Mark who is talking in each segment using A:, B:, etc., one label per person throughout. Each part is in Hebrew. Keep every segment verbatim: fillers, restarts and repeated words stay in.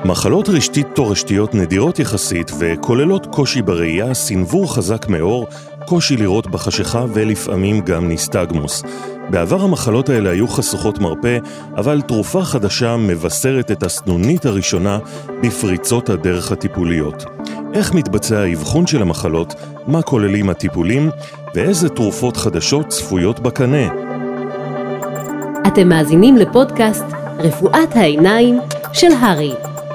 A: מחלות רשתית תורשתיות נדירות יחסית וכוללות קושי בראייה, סנוור חזק מאור, קושי לראות בחשיכה ולפעמים גם ניסטגמוס. בעבר המחלות האלה היו חסוכות מרפא, אבל תרופה חדשה מבשרת את הסנונית הראשונה בפריצות הדרך הטיפוליות. איך מתבצע האבחון של המחלות, מה כוללים הטיפולים ואיזה תרופות חדשות צפויות בקנה.
B: אתם מאזינים לפודקאסט רפואת העיניים של הרי.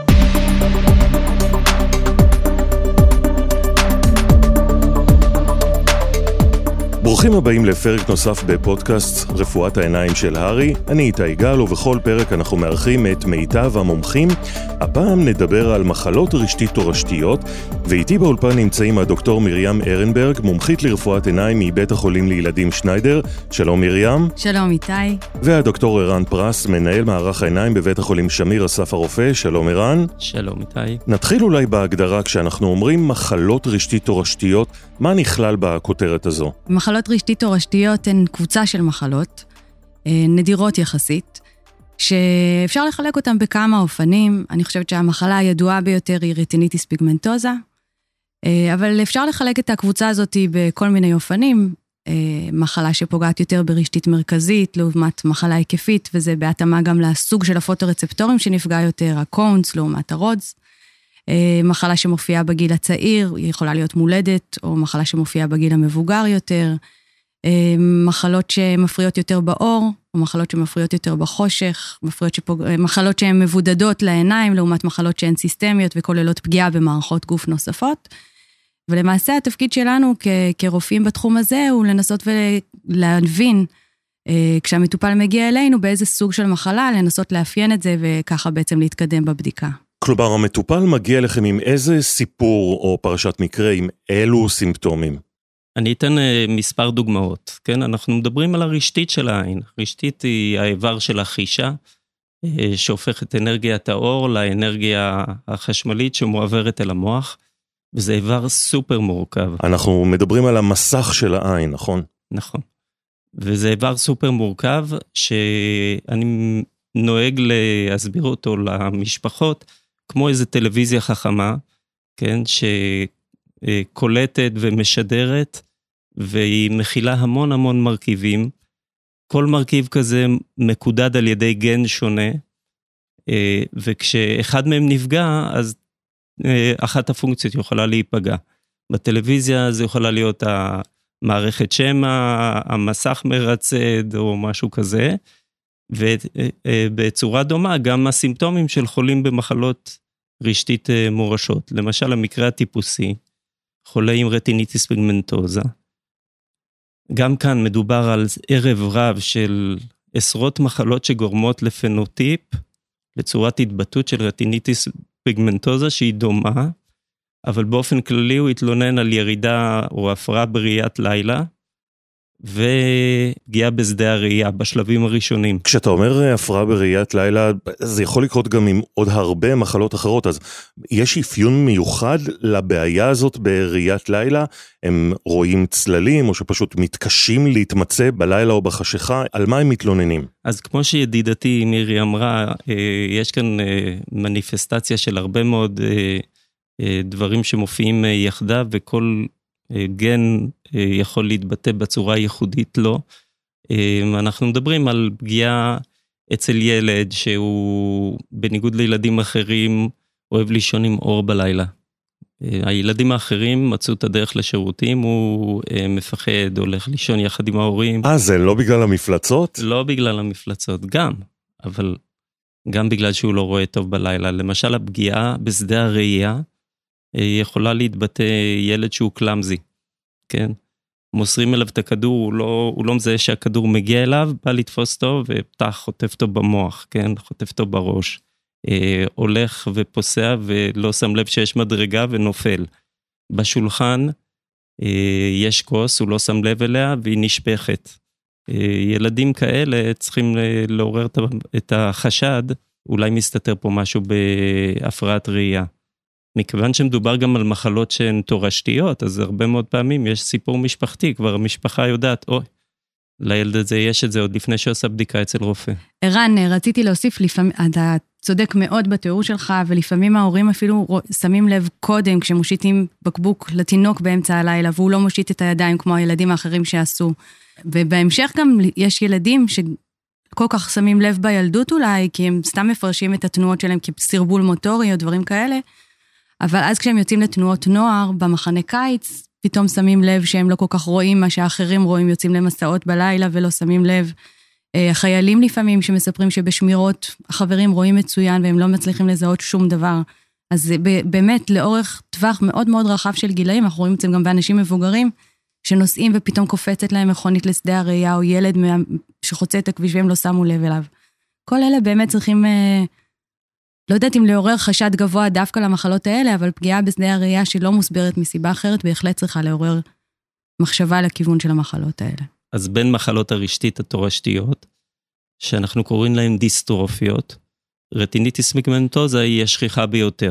A: ברוכים הבאים לפרק נוסף בפודקאסט רפואת העיניים של הרי. אני איתי גל, ובכל פרק אנחנו מארחים את מיטב המומחים. הפעם נדבר על מחלות רשתית תורשתיות, ואיתי באולפן נמצאים הדוקטור מרים ארנברג, מומחית לרפואת עיניים מבית החולים לילדים שניידר. שלום מרים.
C: שלום איתי.
A: והדוקטור ערן פרס, מנהל מערך העיניים בבית החולים שמיר אסף הרופא. שלום ערן.
D: שלום איתי.
A: נתחיל אולי בהגדרה. כשאנחנו אומרים מחלות רשתית תורשתיות, מה נכלל בכותרת הזו?
C: מחלות רשתית תורשתיות הן קבוצה של מחלות, נדירות יחסית, שאפשר לחלק אותן בכמה אופנים. אני חושבת שהמחלה הידועה ביותר היא רטיניטיס פיגמנטוזה, אבל אפשר לחלק את הקבוצה הזאת בכל מיני אופנים. מחלה שפוגעת יותר ברשתית מרכזית, לעומת מחלה היקפית, וזה בהתאמה גם לסוג של הפוטורצפטורים שנפגע יותר, הקונס לעומת הרודס. מחלה שמופיעה בגיל הצעיר, היא יכולה להיות מולדת, או מחלה שמופיעה בגיל המבוגר יותר, מחלות שמפריעות יותר באור, או מחלות שמפריעות יותר בחושך, שפוג... מחלות שהן מבודדות לעיניים, לעומת מחלות שהן סיסטמיות וכוללות פגיעה במערכות גוף נוספות. ולמעשה התפקיד שלנו כ... כרופאים בתחום הזה, הוא לנסות ולהבין, כשהמטופל מגיע אלינו, באיזה סוג של מחלה, לנסות לאפיין את זה, וככה בעצם להתקדם בבדיקה.
A: כלומר, המטופל מגיע לכם עם איזה סיפור או פרשת מקרה, עם אילו סימפטומים?
D: אני אתן מספר דוגמאות, כן? אנחנו מדברים על הרשתית של העין. רשתית היא האיבר של החישה, שהופך את אנרגיית האור לאנרגיה החשמלית שמועברת אל המוח, וזה איבר סופר מורכב.
A: אנחנו מדברים על המסך של העין, נכון?
D: נכון. וזה איבר סופר מורכב, שאני נוהג להסביר אותו למשפחות, כמו איזו טלוויזיה חכמה, כן? שקולטת ומשדרת, והיא מכילה המון המון מרכיבים. כל מרכיב כזה מקודד על ידי גן שונה, וכשאחד מהם נפגע, אז אחת הפונקציות יכולה להיפגע. בטלוויזיה זה יכולה להיות המערכת שמע, המסך מרצד או משהו כזה, ובצורה דומה גם הסימפטומים של חולים במחלות רשתית מורשות. למשל המקרה הטיפוסי, חולה עם רטיניטיס פיגמנטוזה. גם כאן מדובר על ערב רב של עשרות מחלות שגורמות לפנוטיפ, לצורת התבטאות של רטיניטיס פיגמנטוזה שהיא דומה, אבל באופן כללי הוא התלונן על ירידה או הפרעה בראיית לילה, ופגיעה בשדה הראייה בשלבים הראשונים.
A: כשאתה אומר הפרעה בראיית לילה, זה יכול לקרות גם עם עוד הרבה מחלות אחרות, אז יש אפיון מיוחד לבעיה הזאת בראיית לילה? הם רואים צללים או שפשוט מתקשים להתמצא בלילה או בחשיכה? על מה הם מתלוננים?
D: אז כמו שידידתי מירי אמרה, יש כאן מניפסטציה של הרבה מאוד דברים שמופיעים יחדיו, וכל גן יכול להתבטא בצורה ייחודית לו. אנחנו מדברים על פגיעה אצל ילד שהוא בניגוד לילדים אחרים אוהב לישון עם אור בלילה. הילדים האחרים מצאו את הדרך לשירותים, הוא מפחד, הולך לישון יחד עם ההורים.
A: אה, זה לא בגלל המפלצות?
D: לא בגלל המפלצות, גם, אבל גם בגלל שהוא לא רואה טוב בלילה. למשל הפגיעה בשדה הראייה, יכולה להתבטא ילד שהוא קלאמזי, כן? מוסרים אליו את הכדור, הוא לא, הוא לא מזהה שהכדור מגיע אליו, בא לתפוס אותו ופתח, חוטף אותו במוח, כן? חוטף אותו בראש. אה, הולך ופוסע ולא שם לב שיש מדרגה ונופל. בשולחן אה, יש כוס, הוא לא שם לב אליה והיא נשפכת. אה, ילדים כאלה צריכים לעורר את החשד, אולי מסתתר פה משהו בהפרעת ראייה. מכיוון שמדובר גם על מחלות שהן תורשתיות, אז הרבה מאוד פעמים יש סיפור משפחתי, כבר המשפחה יודעת, אוי, לילד הזה יש את זה עוד לפני שעושה בדיקה אצל רופא.
C: ערן, רציתי להוסיף, לפעמים, צודק מאוד בתיאור שלך, ולפעמים ההורים אפילו שמים לב קודם, כשמושיטים בקבוק לתינוק באמצע הלילה, והוא לא מושיט את הידיים כמו הילדים האחרים שעשו. ובהמשך גם יש ילדים שכל כך שמים לב בילדות אולי, כי הם סתם מפרשים את התנועות שלהם כסרבול מוטורי או דברים כאלה, אבל אז כשהם יוצאים לתנועות נוער, במחנה קיץ, פתאום שמים לב שהם לא כל כך רואים מה שהאחרים רואים, יוצאים למסעות בלילה ולא שמים לב. החיילים לפעמים שמספרים שבשמירות החברים רואים מצוין והם לא מצליחים לזהות שום דבר. אז זה באמת לאורך טווח מאוד מאוד רחב של גילאים, אנחנו רואים את זה גם באנשים מבוגרים, שנוסעים ופתאום קופצת להם מכונית לשדה הראייה, או ילד שחוצה את הכביש והם לא שמו לב אליו. כל אלה באמת צריכים, לא יודעת אם לעורר חשד גבוה דווקא למחלות האלה, אבל פגיעה בשדה הראייה שלא מוסברת מסיבה אחרת, בהחלט צריכה לעורר מחשבה לכיוון של המחלות האלה.
D: אז בין מחלות הרשתית התורשתיות, שאנחנו קוראים להן דיסטרופיות, רטיניטיס פיגמנטוזה היא השכיחה ביותר.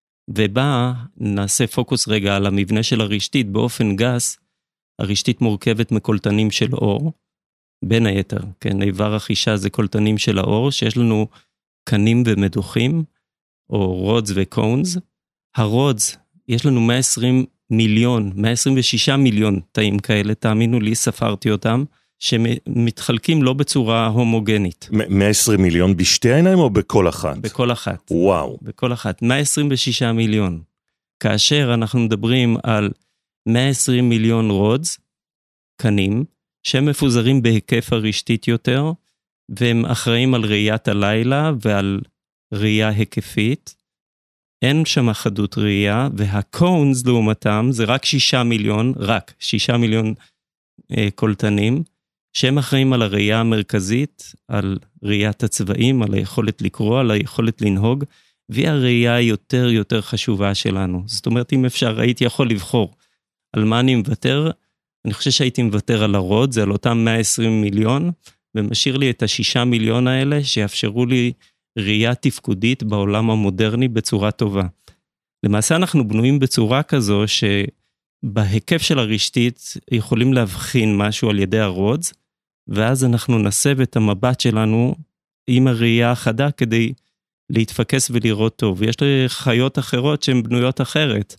D: ובה נעשה פוקוס רגע על המבנה של הרשתית. באופן גס, הרשתית מורכבת מקולטנים של אור, בין היתר, כן, איבר החישה זה קולטנים של האור, שיש לנו קנים ומדוחים, או רודס וקונס. הרודס, יש לנו מאה ועשרים מיליון, מאה עשרים ושישה מיליון תאים כאלה, תאמינו לי, ספרתי אותם, שמתחלקים לא בצורה הומוגנית.
A: מאה ועשרים מיליון בשתי העיניים או בכל אחת?
D: בכל אחת.
A: וואו.
D: בכל אחת. מאה עשרים ושישה מיליון. כאשר אנחנו מדברים על מאה ועשרים מיליון רודס, קנים, שהם מפוזרים בהיקף הרשתית יותר, והם אחראים על ראיית הלילה ועל ראייה היקפית. אין שם חדות ראייה, והקונס לעומתם זה רק שישה מיליון, רק שישה מיליון אה, קולטנים, שהם אחראים על הראייה המרכזית, על ראיית הצבעים, על היכולת לקרוא, על היכולת לנהוג, והיא הראייה היותר יותר חשובה שלנו. זאת אומרת, אם אפשר, הייתי יכול לבחור על מה אני מוותר, אני חושב שהייתי מוותר על הרוד, זה על אותם מאה ועשרים מיליון, ומשאיר לי את השישה מיליון האלה, שיאפשרו לי ראייה תפקודית בעולם המודרני בצורה טובה. למעשה אנחנו בנויים בצורה כזו, שבהיקף של הרשתית יכולים להבחין משהו על ידי הרודס, ואז אנחנו נסב את המבט שלנו עם הראייה החדה, כדי להתפקס ולראות טוב. יש חיות אחרות שהן בנויות אחרת.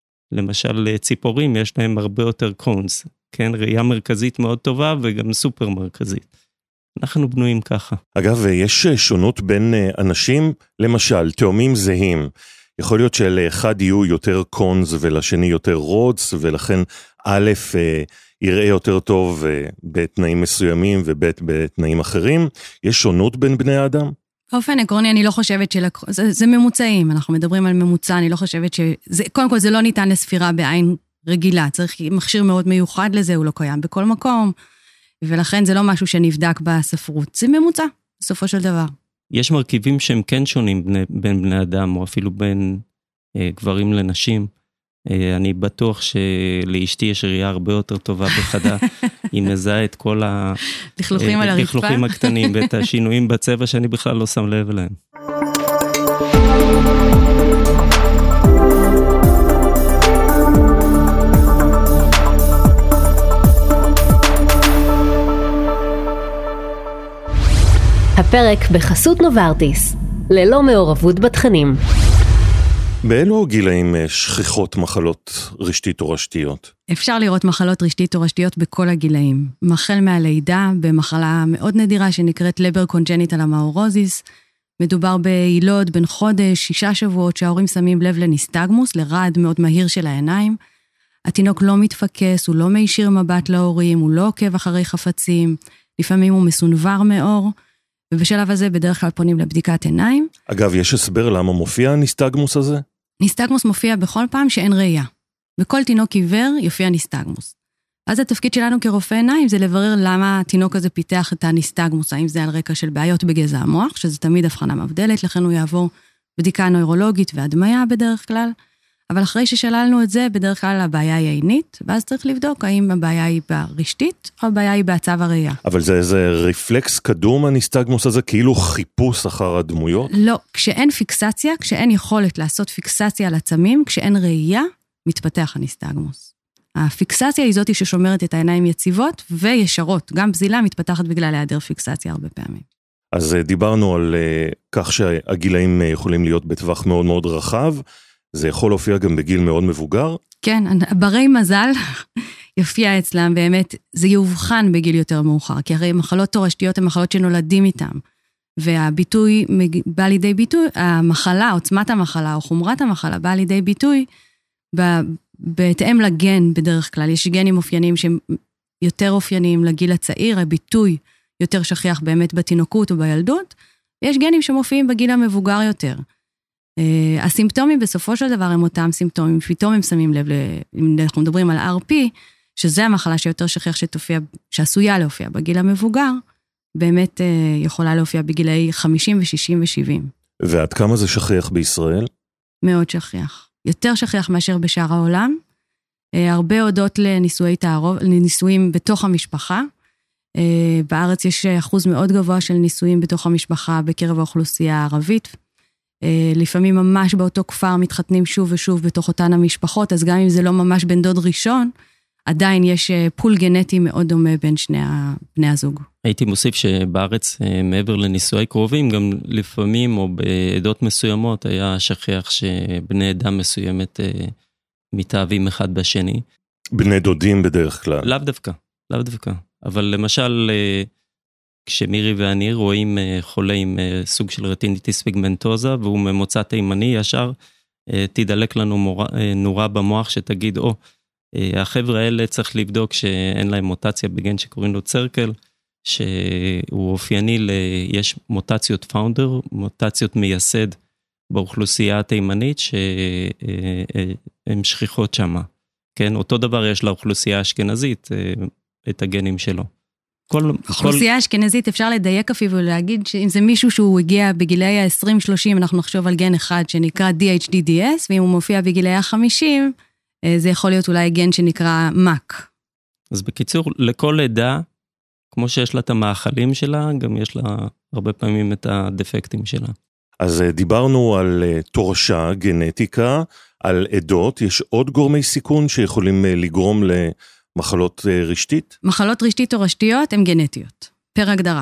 D: למשל ציפורים, יש להם הרבה יותר קונס. כן, ראייה מרכזית מאוד טובה וגם סופר מרכזית. אנחנו בנויים ככה.
A: אגב, יש שונות בין אנשים, למשל, תאומים זהים. יכול להיות שלאחד יהיו יותר קונס ולשני יותר רודס, ולכן א' יראה יותר טוב בתנאים מסוימים וב' בתנאים אחרים. יש שונות בין בני האדם?
C: באופן עקרוני, אני לא חושבת של... זה, זה ממוצעים, אנחנו מדברים על ממוצע, אני לא חושבת ש... זה, קודם כל, זה לא ניתן לספירה בעין רגילה, צריך מכשיר מאוד מיוחד לזה, הוא לא קיים בכל מקום, ולכן זה לא משהו שנבדק בספרות, זה ממוצע, בסופו של דבר.
D: יש מרכיבים שהם כן שונים בין, בין בני אדם, או אפילו בין אה, גברים לנשים. אה, אני בטוח שלאשתי יש ראייה הרבה יותר טובה בחדה, היא מזהה את כל
C: לכלוכים על הרצפה.
D: לכלוכים הקטנים, ואת השינויים בצבע שאני בכלל לא שם לב אליהם.
B: הפרק בחסות נוברטיס, ללא מעורבות בתכנים.
A: באילו גילאים שכיחות מחלות רשתית תורשתיות?
C: אפשר לראות מחלות רשתית תורשתיות בכל הגילאים. מחל מהלידה, במחלה מאוד נדירה שנקראת לבר קונג'ניטל המאורוזיס, מדובר בילוד בין חודש, שישה שבועות, שההורים שמים לב לניסטגמוס, לרעד מאוד מהיר של העיניים. התינוק לא מתפקס, הוא לא מישיר מבט להורים, הוא לא עוקב אחרי חפצים, לפעמים הוא מסונבר מאור, ובשלב הזה בדרך כלל פונים לבדיקת עיניים.
A: אגב, יש הסבר למה מופיע הניסטגמוס הזה?
C: ניסטגמוס מופיע בכל פעם שאין ראייה. בכל תינוק עיוור יופיע ניסטגמוס. אז התפקיד שלנו כרופא עיניים זה לברר למה התינוק הזה פיתח את הניסטגמוס, האם זה על רקע של בעיות בגזע המוח, שזה תמיד הבחנה מבדלת, לכן הוא יעבור בדיקה נוירולוגית והדמיה בדרך כלל, אבל אחרי ששללנו את זה, בדרך כלל הבעיה היא עינית, ואז צריך לבדוק האם הבעיה היא ברשתית, או הבעיה היא בעצב הראייה.
A: אבל זה איזה רפלקס קדום הניסטגמוס הזה, כאילו חיפוש אחר הדמויות?
C: לא, כשאין פיקסציה, כשאין יכולת לעשות פיקסציה על עצמים, כשאין ראייה, מתפתח הניסטגמוס. הפיקסציה היא זאת ששומרת את העיניים יציבות וישרות, גם בזילה מתפתחת בגלל היעדר פיקסציה הרבה פעמים.
A: אז דיברנו על כך שהגילאים יכולים להיות בטווח מאוד מאוד רחב, זה יכול להופיע גם בגיל מאוד מבוגר?
C: כן, ברי מזל יופיע אצלם, באמת זה יובחן בגיל יותר מאוחר, כי הרי מחלות תורשתיות הן מחלות שנולדים איתן, והביטוי בא לידי ביטוי, המחלה, עוצמת המחלה או חומרת המחלה בא לידי ביטוי, בהתאם לגן בדרך כלל, יש גנים אופייניים שהם יותר אופייניים לגיל הצעיר, הביטוי יותר שכיח באמת בתינוקות או בילדות, ויש גנים שמופיעים בגיל המבוגר יותר. הסימפטומים בסופו של דבר הם אותם סימפטומים, פתאום הם שמים לב, אם אנחנו מדברים על אר פי, שזה המחלה שיותר שכיח שתופיע, שעשויה להופיע בגיל המבוגר, באמת יכולה להופיע בגילאי חמישים ו-שישים ו-שבעים.
A: ועד כמה זה שכיח בישראל?
C: מאוד שכיח. יותר שכיח מאשר בשאר העולם. הרבה הודות לניסויי תערוב, לניסויים בתוך המשפחה. בארץ יש אחוז מאוד גבוה של ניסויים בתוך המשפחה בקרב האוכלוסייה הערבית. לפעמים ממש באותו כפר מתחתנים שוב ושוב בתוך אותן המשפחות, אז גם אם זה לא ממש בן דוד ראשון, עדיין יש פול גנטי מאוד דומה בין שני בני הזוג.
D: הייתי מוסיף שבארץ מעבר לנישואי קרובים, גם לפעמים או בעדות מסוימות היה שכיח שבני עדה מסוימת מתאהבים אחד בשני.
A: בני דודים בדרך כלל.
D: לאו דווקא, לאו דווקא. אבל למשל, כשמירי ואני רואים חולה עם סוג של רטיניטיס פיגמנטוזה, והוא ממוצא תימני ישר, תדלק לנו נורה במוח שתגיד, או, החבר'ה האלה צריך לבדוק שאין להם מוטציה בגן שקוראים לו צרקל, שהוא אופייני, יש מוטציות פאונדר, מוטציות מייסד באוכלוסייה התימנית, שהן שכיחות שמה. כן, אותו דבר יש לאוכלוסייה האשכנזית, את הגנים שלו.
C: אוכלוסייה אשכנזית אפשר לדייק אפילו ולהגיד שאם זה מישהו שהוא הגיע בגילאי ה-עשרים שלושים, אנחנו נחשוב על גן אחד שנקרא די אייץ' די די אס, ואם הוא מופיע בגילאי ה-חמישים, זה יכול להיות אולי גן שנקרא מאק.
D: אז בקיצור, לכל עדה, כמו שיש לה את המאכלים שלה, גם יש לה הרבה פעמים את הדפקטים שלה.
A: אז דיברנו על תורשה, גנטיקה, על עדות, יש עוד גורמי סיכון שיכולים לגרום למחלות רשתית?
C: מחלות רשתית או רשתיות הן גנטיות, פר הגדרה.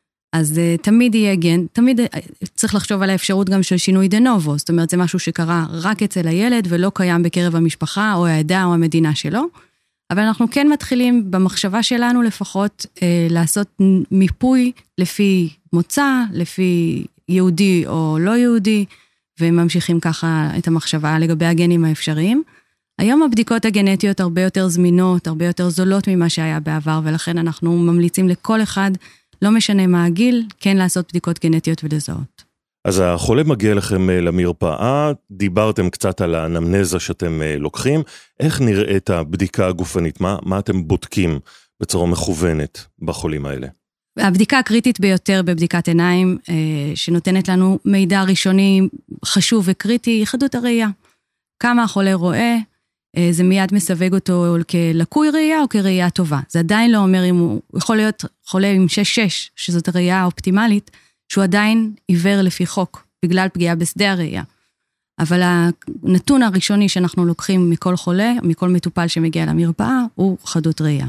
C: אז תמיד יהיה גן, תמיד צריך לחשוב על האפשרות גם של שינוי דנובו, זאת אומרת זה משהו שקרה רק אצל הילד ולא קיים בקרב המשפחה או העדה או המדינה שלו, אבל אנחנו כן מתחילים במחשבה שלנו לפחות אה, לעשות מיפוי לפי מוצא, לפי יהודי או לא יהודי, וממשיכים ככה את המחשבה לגבי הגנים האפשריים. היום הבדיקות הגנטיות הרבה יותר זמינות, הרבה יותר זולות ממה שהיה בעבר, ולכן אנחנו ממליצים לכל אחד, לא משנה מה הגיל, כן לעשות בדיקות גנטיות ולזהות.
A: אז החולה מגיע לכם למרפאה, דיברתם קצת על האנמנזה שאתם לוקחים, איך נראית הבדיקה הגופנית? מה, מה אתם בודקים בצורה מכוונת בחולים האלה?
C: הבדיקה הקריטית ביותר בבדיקת עיניים, שנותנת לנו מידע ראשוני חשוב וקריטי, היא חדות הראייה. כמה החולה רואה, זה מיד מסווג אותו כלקוי ראייה או כראייה טובה. זה עדיין לא אומר אם הוא יכול להיות חולה עם שש שש, שזאת הראייה האופטימלית, שהוא עדיין עיוור לפי חוק, בגלל פגיעה בשדה הראייה. אבל הנתון הראשוני שאנחנו לוקחים מכל חולה, מכל מטופל שמגיע למרפאה, הוא חדות ראייה.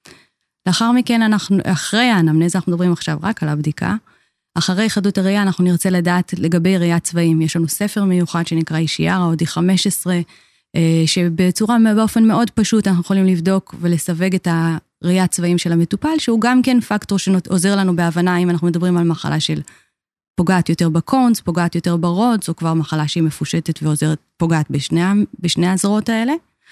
C: לאחר מכן, אנחנו, אחרי האנמנזה, אנחנו מדברים עכשיו רק על הבדיקה, אחרי חדות הראייה אנחנו נרצה לדעת לגבי ראיית צבעים. יש לנו ספר מיוחד שנקרא אישיירה, או די חמש עשרה, שבצורה באופן מאוד פשוט אנחנו יכולים לבדוק ולסווג את הראיית צבעים של המטופל, שהוא גם כן פקטור שעוזר לנו בהבנה אם אנחנו מדברים על מחלה של פוגעת יותר בקונס, פוגעת יותר ברודס, או כבר מחלה שהיא מפושטת ועוזרת, פוגעת בשני, בשני הזרועות האלה.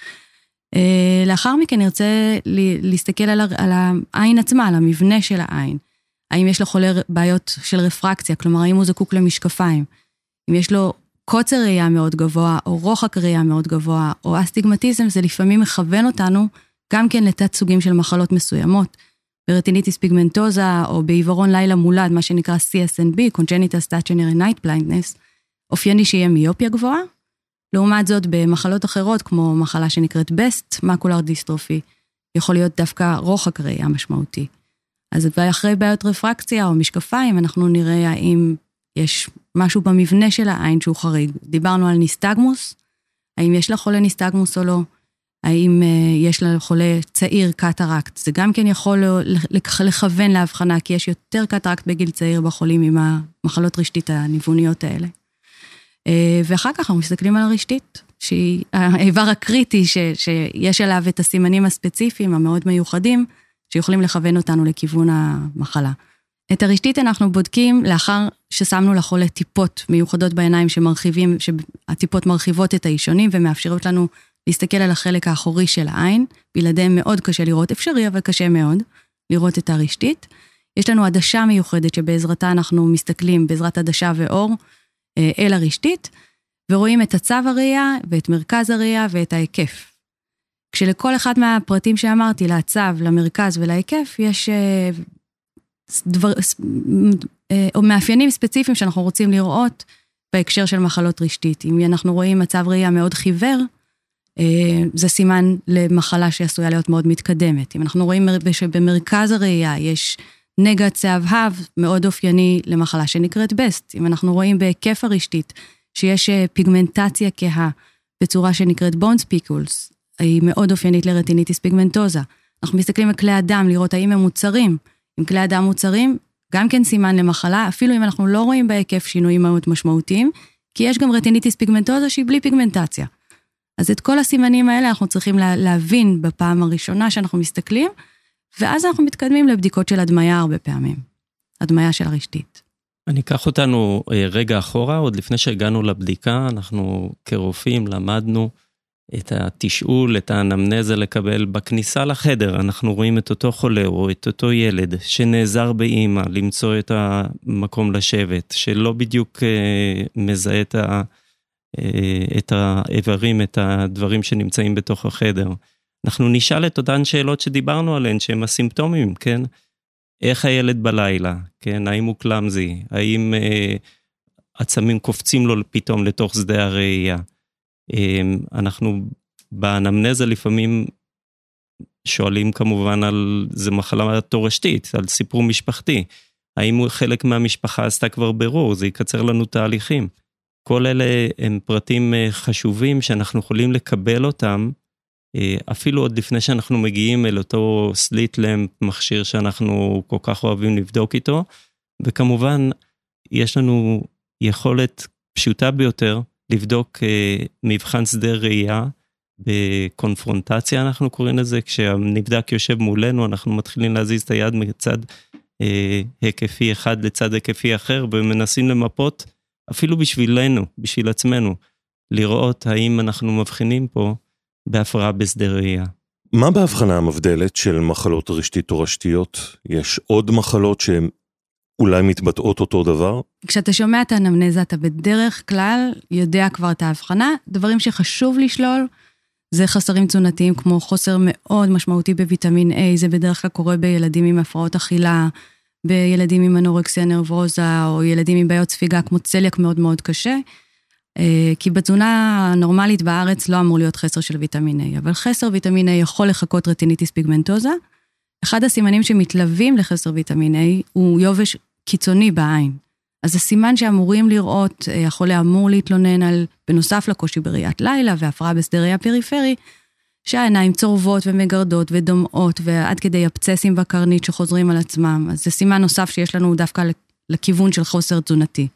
C: לאחר מכן נרצה להסתכל על, על העין עצמה, על המבנה של העין. האם יש לחולה בעיות של רפרקציה, כלומר האם הוא זקוק למשקפיים. אם יש לו קוצר ראייה מאוד גבוה, או רוחק ראייה מאוד גבוה, או אסטיגמטיזם, זה לפעמים מכוון אותנו גם כן לתת סוגים של מחלות מסוימות. ברטיניטיס פיגמנטוזה, או בעיוורון לילה מולד, מה שנקרא סי אס אן בי, Congenital Stationary Night Blindness, אופייני שיהיה מיופיה גבוהה. לעומת זאת, במחלות אחרות, כמו מחלה שנקראת בסט, מקולר דיסטרופי, יכול להיות דווקא רוחק ראייה משמעותי. אז אחרי בעיות רפרקציה או משקפיים, אנחנו נראה האם יש משהו במבנה של העין שהוא חריג. דיברנו על ניסטגמוס, האם יש לחולה ניסטגמוס או לא, האם יש לחולה צעיר קטרקט, זה גם כן יכול לכוון להבחנה, כי יש יותר קטרקט בגיל צעיר בחולים עם המחלות רשתית הניווניות האלה. ואחר כך אנחנו מסתכלים על הרשתית, שהיא האיבר הקריטי ש, שיש עליו את הסימנים הספציפיים המאוד מיוחדים, שיכולים לכוון אותנו לכיוון המחלה. את הרשתית אנחנו בודקים לאחר ששמנו לחולה טיפות מיוחדות בעיניים שמרחיבים, שהטיפות מרחיבות את האישונים ומאפשרות לנו להסתכל על החלק האחורי של העין, בלעדיהם מאוד קשה לראות, אפשרי אבל קשה מאוד לראות את הרשתית. יש לנו עדשה מיוחדת שבעזרתה אנחנו מסתכלים בעזרת עדשה ואור אל הרשתית, ורואים את הצו הראייה ואת מרכז הראייה ואת ההיקף. כשלכל אחד מהפרטים שאמרתי, לעצו, למרכז ולהיקף, יש דבר, או מאפיינים ספציפיים שאנחנו רוצים לראות בהקשר של מחלות רשתית. אם אנחנו רואים מצב ראייה מאוד חיוור, זה סימן למחלה שעשויה להיות מאוד מתקדמת. אם אנחנו רואים שבמרכז הראייה יש נגע צהבהב מאוד אופייני למחלה שנקראת בסט. אם אנחנו רואים בהיקף הרשתית שיש פיגמנטציה כהה בצורה שנקראת בון ספיקולס, היא מאוד אופיינית לרטיניטיס פיגמנטוזה. אנחנו מסתכלים על כלי הדם לראות האם הם מוצרים. אם כלי הדם מוצרים, גם כן סימן למחלה, אפילו אם אנחנו לא רואים בהיקף שינויים מאוד משמעותיים, כי יש גם רטיניטיס פיגמנטוזה שהיא בלי פיגמנטציה. אז את כל הסימנים האלה אנחנו צריכים להבין בפעם הראשונה שאנחנו מסתכלים, ואז אנחנו מתקדמים לבדיקות של הדמיה הרבה פעמים. הדמיה של הרשתית.
D: אני אקח אותנו רגע אחורה, עוד לפני שהגענו לבדיקה, אנחנו כרופאים למדנו את התשאול, את האנמנזה לקבל בכניסה לחדר, אנחנו רואים את אותו חולה או את אותו ילד שנעזר באמא למצוא את המקום לשבת, שלא בדיוק מזהה את ה... את האיברים, את הדברים שנמצאים בתוך החדר. אנחנו נשאל את אותן שאלות שדיברנו עליהן, שהן הסימפטומים, כן? איך הילד בלילה, כן? האם הוא קלאמזי? האם אה, עצמים קופצים לו פתאום לתוך שדה הראייה? אה, אנחנו באנמנזה לפעמים שואלים כמובן על, זה מחלה תורשתית, על סיפור משפחתי. האם הוא חלק מהמשפחה עשתה כבר ברור? זה יקצר לנו תהליכים. כל אלה הם פרטים חשובים שאנחנו יכולים לקבל אותם, אפילו עוד לפני שאנחנו מגיעים אל אותו סליט למפ, מכשיר שאנחנו כל כך אוהבים לבדוק איתו, וכמובן יש לנו יכולת פשוטה ביותר לבדוק מבחן שדה ראייה, בקונפרונטציה אנחנו קוראים לזה, כשהנבדק יושב מולנו, אנחנו מתחילים להזיז את היד מצד היקפי אחד לצד היקפי אחר, ומנסים למפות, אפילו בשבילנו, בשביל עצמנו, לראות האם אנחנו מבחינים פה בהפרעה בשדה ראייה.
A: מה בהבחנה המבדלת של מחלות רשתית תורשתיות? יש עוד מחלות שהן אולי מתבטאות אותו דבר?
C: כשאתה שומע את האנמנזה, אתה בדרך כלל יודע כבר את ההבחנה. דברים שחשוב לשלול, זה חסרים תזונתיים, כמו חוסר מאוד משמעותי בוויטמין A, זה בדרך כלל קורה בילדים עם הפרעות אכילה, בילדים עם אנורקסיה נרבוזה, או ילדים עם בעיות ספיגה, כמו צליאק מאוד מאוד קשה, כי בתזונה הנורמלית בארץ לא אמור להיות חסר של ויטמין A, אבל חסר ויטמין A יכול לחכות רטיניטיס פיגמנטוזה. אחד הסימנים שמתלווים לחסר ויטמין A, הוא יובש קיצוני בעין. אז הסימן שאמורים לראות, החולה אמור להתלונן על, בנוסף לקושי בראיית לילה, והפרעה בשדה ראייה פריפרי, שהעיניים צורבות ומגרדות ודומעות, ועד כדי אבצסים בקרנית שחוזרים על עצמם. אז זה סימן נוסף שיש לנו דווקא לכיוון של חוסר תזונתי.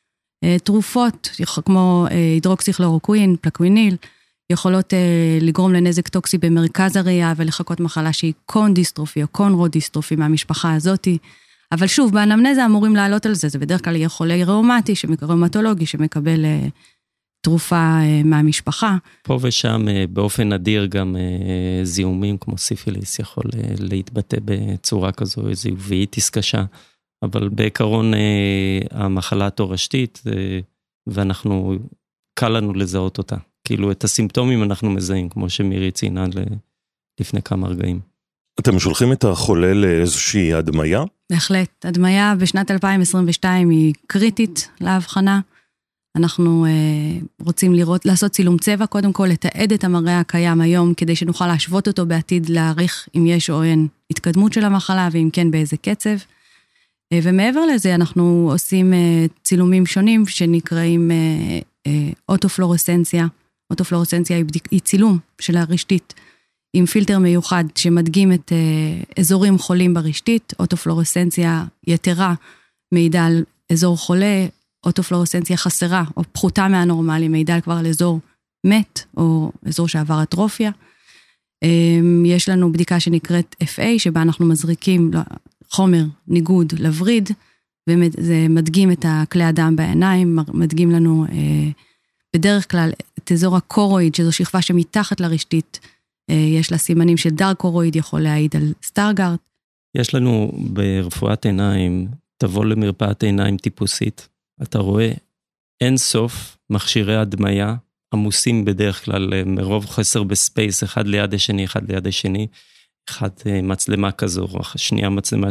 C: תרופות, כמו הידרוקסיכלורוקווין, פלקוויניל, יכולות לגרום לנזק טוקסי במרכז הראייה, ולחכות מחלה שהיא קונדיסטרופי או קונרודיסטרופי מהמשפחה הזאת. אבל שוב, באנמנזה אמורים לעלות על זה, זה בדרך כלל יהיה חולה ראומטי, ראומטולוגי, שמקבל תרופה מהמשפחה.
D: פה ושם באופן נדיר גם זיהומים כמו סיפיליס יכול להתבטא בצורה כזו, איזו ואיטיס קשה, אבל בעיקרון המחלה התורשתית, ואנחנו, קל לנו לזהות אותה. כאילו את הסימפטומים אנחנו מזהים, כמו שמירי ציינה לפני כמה רגעים.
A: אתם שולחים את החולה לאיזושהי הדמיה?
C: בהחלט. הדמיה בשנת אלפיים עשרים ושתיים היא קריטית להבחנה. אנחנו אה, רוצים לראות, לעשות צילום צבע, קודם כל לתעד את המראה הקיים היום, כדי שנוכל להשוות אותו בעתיד, להעריך אם יש או אין התקדמות של המחלה, ואם כן באיזה קצב. אה, ומעבר לזה אנחנו עושים אה, צילומים שונים, שנקראים אה, אה, אוטופלורסנציה, אוטופלורסנציה היא, בדיק, היא צילום של הרשתית, עם פילטר מיוחד שמדגים את uh, אזורים חולים ברשתית, אוטופלורסנציה יתרה מעידה על אזור חולה, אוטופלורסנציה חסרה או פחותה מהנורמלי, מעידה כבר על אזור מת או אזור שעבר אטרופיה. יש לנו בדיקה שנקראת אף איי, שבה אנחנו מזריקים חומר ניגוד לווריד, וזה מדגים את כלי הדם בעיניים, מדגים לנו בדרך כלל את אזור הקורואיד, שזו שכבה שמתחת לרשתית, יש לה סימנים של דארק קורואיד, יכול להעיד על סטארגארט. יש
D: לנו ברפואת עיניים, תבוא למרפאת עיניים טיפוסית, אתה רואה אין סוף מכשירי הדמיה, עמוסים בדרך כלל מרוב חסר בספייס, אחד ליד השני, אחד ליד השני, אחד מצלמה כזו, שנייה מצלמה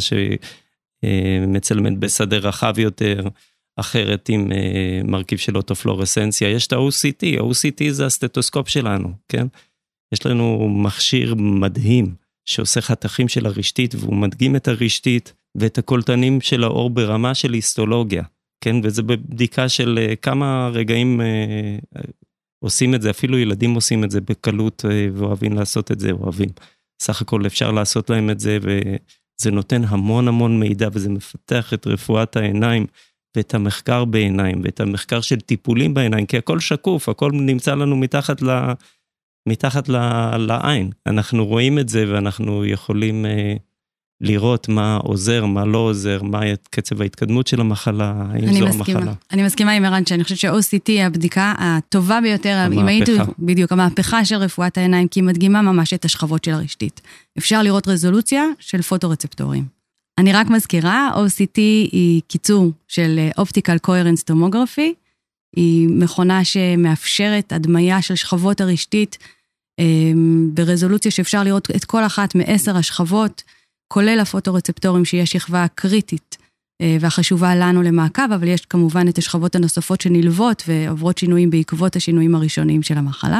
D: שמצלמת בשדה רחב יותר, אחרת עם מרכיב של אוטופלורסנציה, יש את ה-או סי טי, ה-או סי טי זה הסטטוסקופ שלנו, כן? יש לנו מכשיר מדהים, שעושה חתכים של הרשתית, והוא מדגים את הרשתית, ואת הקולטנים של האור ברמה של היסטולוגיה, כן? וזה בבדיקה של כמה רגעים עושים את זה, אפילו ילדים עושים את זה בקלות, ואוהבים לעשות את זה, אוהבים. סך הכל אפשר לעשות להם את זה, וזה נותן המון המון מידע, וזה מפתח את רפואת העיניים, ואת המחקר בעיניים, ואת המחקר של טיפולים בעיניים, כי הכל שקוף, הכל נמצא לנו מתחת ל... מתחת ל... לעין. אנחנו רואים את זה, ואנחנו יכולים אה, לראות מה עוזר, מה לא עוזר, מה קצב ההתקדמות של המחלה, האם זו
C: מסכימה.
D: המחלה.
C: אני מסכימה עם ערן, שאני חושבת ש-או סי טי היא הבדיקה הטובה ביותר,
D: המהפכה.
C: הייתי, בדיוק, המהפכה של רפואת העיניים, כי היא מדגימה ממש את השכבות של הרשתית. אפשר לראות רזולוציה של פוטורצפטורים. אני רק מזכירה, או סי טי היא קיצור של Optical Coherence Tomography, היא מכונה שמאפשרת הדמיה של שכבות הרשתית, ברזולוציה שאפשר לראות את כל אחת מעשר השכבות, כולל הפוטורצפטורים שיש שכבה קריטית, והחשובה לנו למעקב, אבל יש כמובן את השכבות הנוספות שנלוות, ועוברות שינויים בעקבות השינויים הראשוניים של המחלה.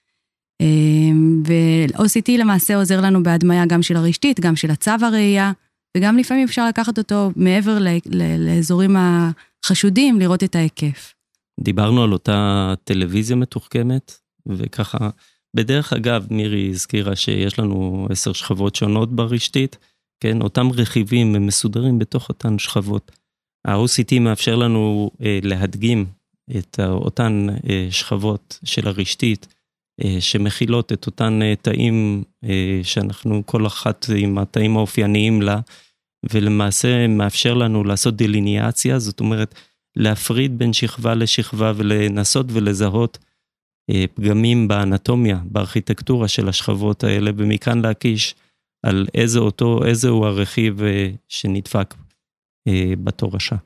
C: ו-או סי טי למעשה עוזר לנו בהדמיה גם של הרשתית, גם של הצו הראייה, וגם לפעמים אפשר לקחת אותו מעבר לאזורים החשודים, לראות את ההיקף.
D: דיברנו על אותה טלוויזיה מתוחכמת, וככה, בדרך אגב, מירי הזכירה שיש לנו עשר שכבות שונות ברשתית, כן, אותם רכיבים הם מסודרים בתוך אותן שכבות. ה-או סי טי מאפשר לנו אה, להדגים את אותן אה, שכבות של הרשתית, אה, שמכילות את אותן אה, תאים אה, שאנחנו כל אחת עם התאים האופייניים לה, ולמעשה מאפשר לנו לעשות דליניאציה, זאת אומרת, להפריד בין שכבה לשכבה ולנסות ולזהות אה, פגמים באנטומיה, בארכיטקטורה של השכבות האלה, ומכאן להקיש על איזה אותו, איזה הוא הרכיב אה, שנדפק אה, בתורשה.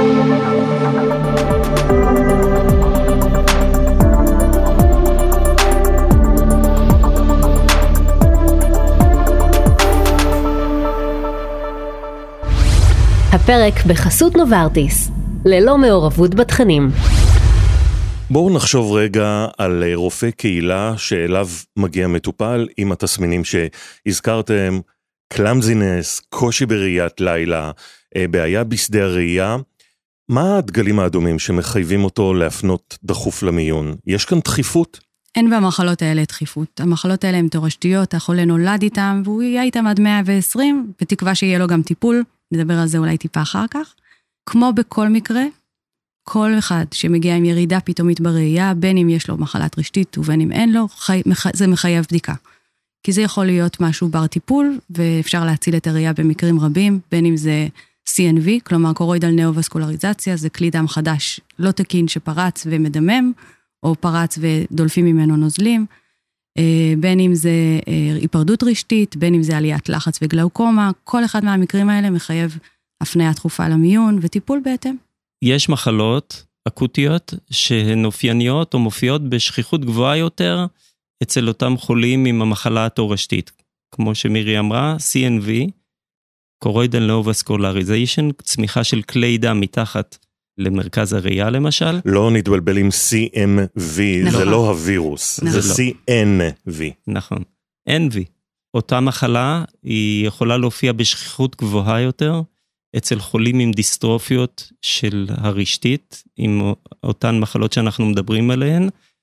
B: הפרק בחסות נוברטיס, ללא מעורבות בתכנים.
A: בואו נחשוב רגע על רופא קהילה שאליו מגיע מטופל עם התסמינים שהזכרתם, קלאמזינס, קושי בראיית לילה, בעיה בשדה הראייה. מה הדגלים האדומים שמחייבים אותו להפנות דחוף למיון? יש כאן דחיפות?
C: אין במחלות האלה דחיפות. המחלות האלה הן תורשתיות, החולה נולד איתם, והוא יהיה איתם עד מאה ועשרים, בתקווה שיהיה לו גם טיפול, נדבר על זה אולי טיפה אחר כך. כמו בכל מקרה, כל אחד שמגיע עם ירידה פתאומית בראייה, בין אם יש לו מחלת רשתית ובין אם אין לו, חי, זה מחייב בדיקה. כי זה יכול להיות משהו בר טיפול, ואפשר להציל את הראייה במקרים רבים, בין אם זה סי אן וי, כלומר קורוידל נאו-וסקולריזציה, זה כלי דם חדש לא תקין שפרץ ומדמם, או פרץ ודולפים ממנו נוזלים, בין אם זה היפרדות רשתית, בין אם זה עליית לחץ וגלאוקומה, כל אחד מהמקרים האלה מחייב הפניה דחופה למיון וטיפול בהתאם.
D: יש מחלות אקוטיות שהן אופייניות או מופיעות בשכיחות גבוהה יותר אצל אותם חולים עם המחלה התורשתית. כמו שמירי אמרה, סי אן וי, קורוידל נאו-וסקולריזיישן, צמיחה של כלי דם מתחת למרכז הראייה למשל.
A: לא נתבלבל עם סי אם וי, נכון. זה לא הווירוס, נכון. זה סי אן וי.
D: נכון, אן וי. אותה מחלה היא יכולה להופיע בשכיחות גבוהה יותר, אצל חולים עם דיסטרופיות של הרשתית, עם אותן מחלות שאנחנו מדברים עליהן,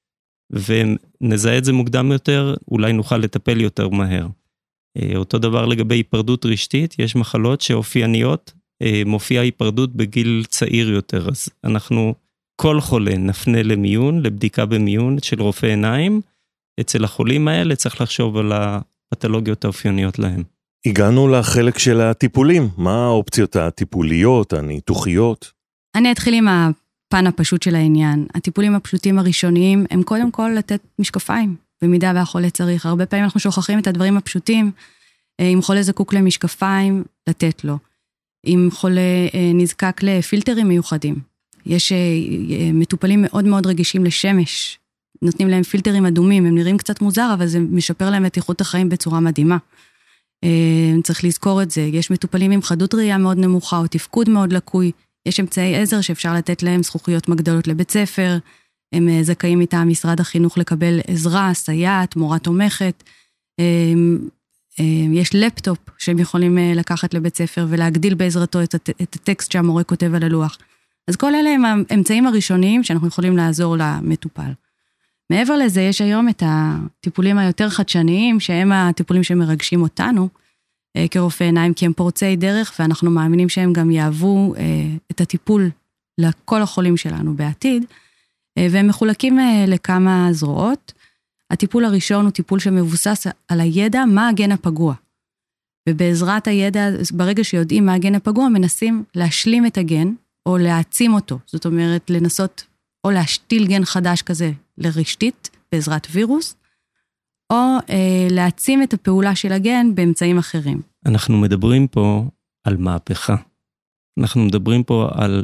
D: ונזהה את זה מוקדם יותר, אולי נוכל לטפל יותר מהר. אותו דבר לגבי היפרדות רשתית, יש מחלות שאופייניות, מופיעה היפרדות בגיל צעיר יותר, אז אנחנו, כל חולה נפנה למיון, לבדיקה במיון של רופא עיניים, אצל החולים האלה צריך לחשוב על הפתולוגיות האופייניות להם.
A: הגענו לחלק של הטיפולים, מה האופציות הטיפוליות, הניתוחיות?
C: אני אתחיל עם הפן הפשוט של העניין. הטיפולים הפשוטים הראשוניים הם קודם כל לתת משקפיים, במידה והחולה צריך. הרבה פעמים אנחנו שוכחים את הדברים הפשוטים, אם חולה זקוק למשקפיים, לתת לו. אם חולה נזקק לפילטרים מיוחדים. יש מטופלים מאוד מאוד רגישים לשמש, נותנים להם פילטרים אדומים, הם נראים קצת מוזר, אבל זה משפר להם את איכות החיים בצורה מדהימה. צריך לזכור את זה. יש מטופלים עם חדות ראייה מאוד נמוכה, או תפקוד מאוד לקוי. יש אמצעי עזר שאפשר לתת להם זכוכיות מגדלות לבית ספר, הם זכאים מטעם משרד החינוך לקבל עזרה, סייעת, מורה תומכת, יש לפטופ שהם יכולים לקחת לבית ספר ולהגדיל בעזרתו את הטקסט שהמורה כותב על הלוח. אז כל אלה הם האמצעים הראשוניים שאנחנו יכולים לעזור למטופל. מעבר לזה יש היום את הטיפולים היותר חדשניים, שהם הטיפולים שמרגשים אותנו כרופא עיניים, כי הם פורצי דרך, ואנחנו מאמינים שהם גם יעבו את הטיפול לכל החולים שלנו בעתיד, והם מחולקים לכמה זרועות. הטיפול הראשון הוא טיפול שמבוסס על הידע מה הגן הפגוע. ובעזרת הידע, ברגע שיודעים מה הגן הפגוע, מנסים להשלים את הגן, או להעצים אותו. זאת אומרת, לנסות או להשתיל גן חדש כזה לרשתית, בעזרת וירוס, או אה, להעצים את הפעולה של הגן באמצעים אחרים.
D: אנחנו מדברים פה על מהפכה. אנחנו מדברים פה על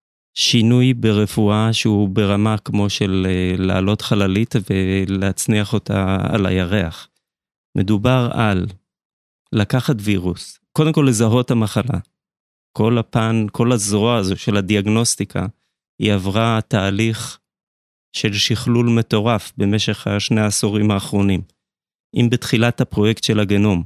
D: שינוי ברפואה שהוא ברמה כמו של לעלות חללית ולהצניח אותה על הירח. מדובר על לקחת וירוס, קודם כל לזהות המחלה. כל הפן, כל הזרוע הזו של הדיאגנוסטיקה, היא עברה תהליך של שכלול מטורף במשך השני העשורים האחרונים. אם בתחילת הפרויקט של הגנום,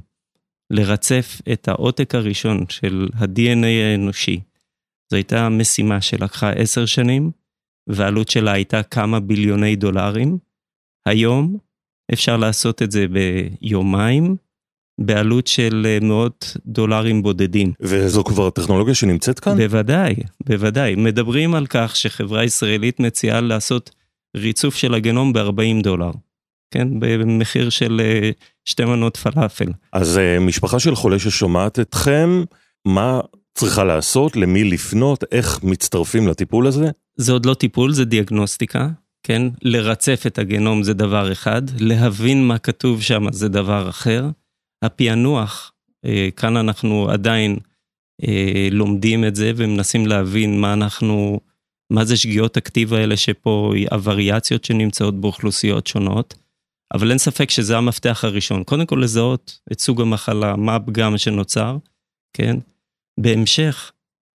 D: לרצף את העותק הראשון של ה-די אן איי האנושי, זו הייתה משימה שלקחה עשר שנים, והעלות שלה הייתה כמה ביליוני דולרים. היום אפשר לעשות את זה ביומיים, בעלות של מאות דולרים בודדים.
A: וזו כבר טכנולוגיה שנמצאת כאן?
D: בוודאי, בוודאי. מדברים על כך שחברה ישראלית מציעה לעשות ריצוף של הגנום ב-ארבעים דולר. כן, במחיר של שתי מנות פלאפל.
A: אז משפחה של חולה ששומעת אתכם, מה צריכה לעשות, למי לפנות, איך מצטרפים לטיפול הזה?
D: זה עוד לא טיפול, זה דיאגנוסטיקה, כן? לרצף את הגנום זה דבר אחד, להבין מה כתוב שם זה דבר אחר. הפענוח, כאן אנחנו עדיין לומדים את זה, ומנסים להבין מה אנחנו, מה זה שגיאות הכתיב האלה שפה, הווריאציות שנמצאות באוכלוסיות שונות, אבל אין ספק שזה המפתח הראשון. קודם כל לזהות את סוג המחלה, מה הפגם שנוצר, כן? בהמשך,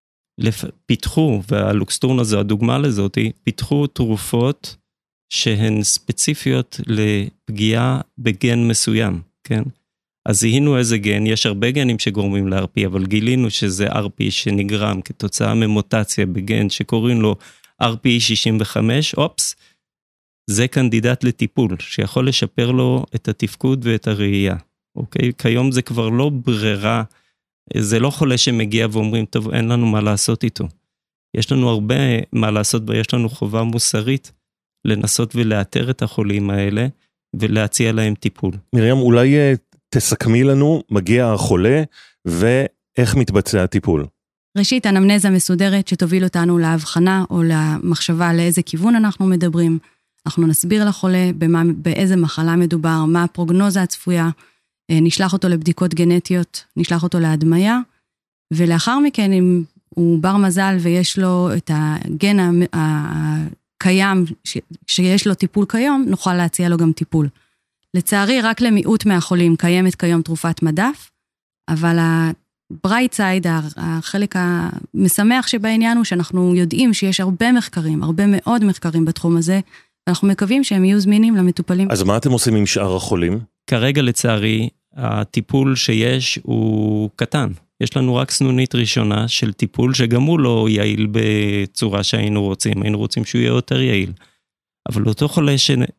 D: פיתחו, והלוקסטורנה זו הדוגמה לזאת, פיתחו תרופות שהן ספציפיות לפגיעה בגן מסוים, כן? אז זיהינו איזה גן, יש הרבה גנים שגורמים ל-אר פי, אבל גילינו שזה אר פי שנגרם כתוצאה ממוטציה בגן שקוראים לו אר פי שישים וחמש, אופס, זה קנדידט לטיפול, שיכול לשפר לו את התפקוד ואת הראייה, אוקיי? כיום זה כבר לא ברירה, זה לא חולה שמגיע ואומרים, טוב, אין לנו מה לעשות איתו. יש לנו הרבה מה לעשות, ויש לנו חובה מוסרית לנסות ולאתר את החולים האלה, ולהציע להם טיפול.
A: מרים, אולי תסכמי לנו, מגיע החולה, ואיך מתבצע הטיפול?
C: ראשית, אנמנזה מסודרת שתוביל אותנו להבחנה, או למחשבה לאיזה כיוון אנחנו מדברים. אנחנו נסביר לחולה במה, באיזה מחלה מדובר, מה הפרוגנוזה הצפויה, נשלח אותו לבדיקות גנטיות, נשלח אותו להדמיה, ולאחר מכן, אם הוא בר מזל ויש לו את הגן הקיים, שיש לו טיפול כיום, נוכל להציע לו גם טיפול. לצערי, רק למיעוט מהחולים קיימת כיום תרופת מדף, אבל הברייט סייד, החלק המשמח שבעניין הוא שאנחנו יודעים שיש הרבה מחקרים, הרבה מאוד מחקרים בתחום הזה, ואנחנו מקווים שהם יהיו זמינים למטופלים.
A: אז מה אתם עושים עם שאר החולים?
D: כרגע לצערי, הטיפול שיש הוא קטן. יש לנו רק סנונית ראשונה של טיפול שגם הוא לא יעיל בצורה שהיינו רוצים. היינו רוצים שהוא יהיה יותר יעיל. אבל אותו חולה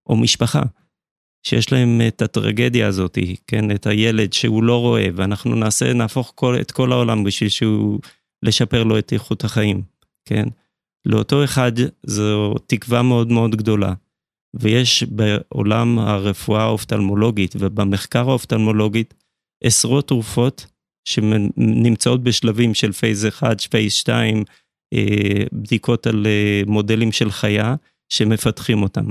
D: או משפחה, שיש להם את הטרגדיה הזאת, כן, את הילד שהוא לא רואה, ואנחנו נעשה, נהפוך כל, את כל העולם בשביל שהוא, לשפר לו את איכות החיים, כן. לאותו אחד זו תקווה מאוד מאוד גדולה, ויש בעולם הרפואה האופטלמולוגית, ובמחקר האופטלמולוגית, עשרות תרופות, שנמצאות בשלבים של פייז אחד, פייז שתיים, בדיקות על מודלים של חיה, שמפתחים אותם.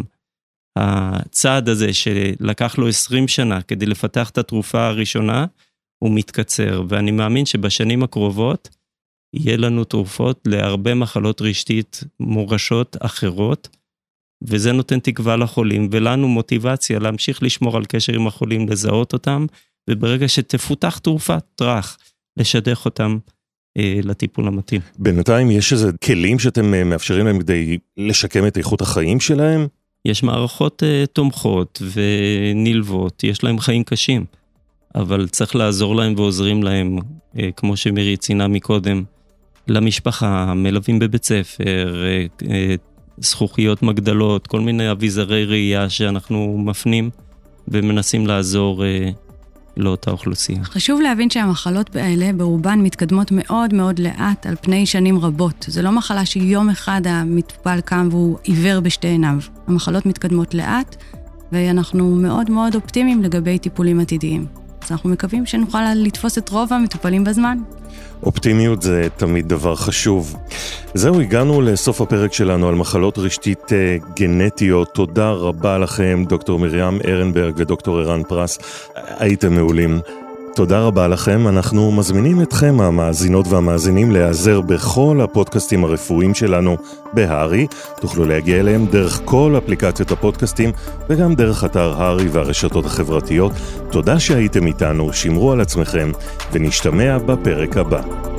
D: הצעד הזה שלקח לו עשרים שנה כדי לפתח את התרופה הראשונה, הוא מתקצר, ואני מאמין שבשנים הקרובות יהיה לנו תרופות להרבה מחלות רשתית מורגשות אחרות, וזה נותן תקווה לחולים, ולנו מוטיבציה להמשיך לשמור על קשר עם החולים, לזהות אותם, וברגע שתפותח תרופה, טרח, לשדך אותם אה, לטיפול המתאים.
A: בינתיים יש איזה כלים שאתם מאפשרים להם כדי לשקם את איכות החיים שלהם?
D: יש מערכות אה, תומכות ונלוות, יש להם חיים קשים, אבל צריך לעזור להם ועוזרים להם, אה, כמו שמירי ציינה מקודם, למשפחה, מלווים בבית ספר, אה, אה, זכוכיות מגדלות, כל מיני אביזרי ראייה שאנחנו מפנים, ומנסים לעזור אה, לאותה אוכלוסייה.
C: חשוב להבין שהמחלות האלה ברובן מתקדמות מאוד מאוד לאט על פני שנים רבות. זה לא מחלה שיום אחד המטופל קם והוא עיוור בשתי עיניו. המחלות מתקדמות לאט, ואנחנו מאוד מאוד אופטימיים לגבי טיפולים עתידיים. אז אנחנו מקווים שנוכל לתפוס את רוב המטופלים בזמן.
A: אופטימיות זה תמיד דבר חשוב. זהו, הגענו לסוף הפרק שלנו על מחלות רשתית גנטיות. תודה רבה לכם, דוקטור מרים ארנברג ודוקטור ערן פרס. הייתם מעולים. תודה רבה לכם. אנחנו מזמינים אתכם, המאזינות והמאזינים, להיעזר בכל הפודקאסטים הרפואיים שלנו בהרי. תוכלו להגיע אליהם דרך כל אפליקציות הפודקאסטים, וגם דרך אתר הרי והרשתות החברתיות. תודה שהייתם איתנו, שמרו על עצמכם, ונשתמע בפרק הבא.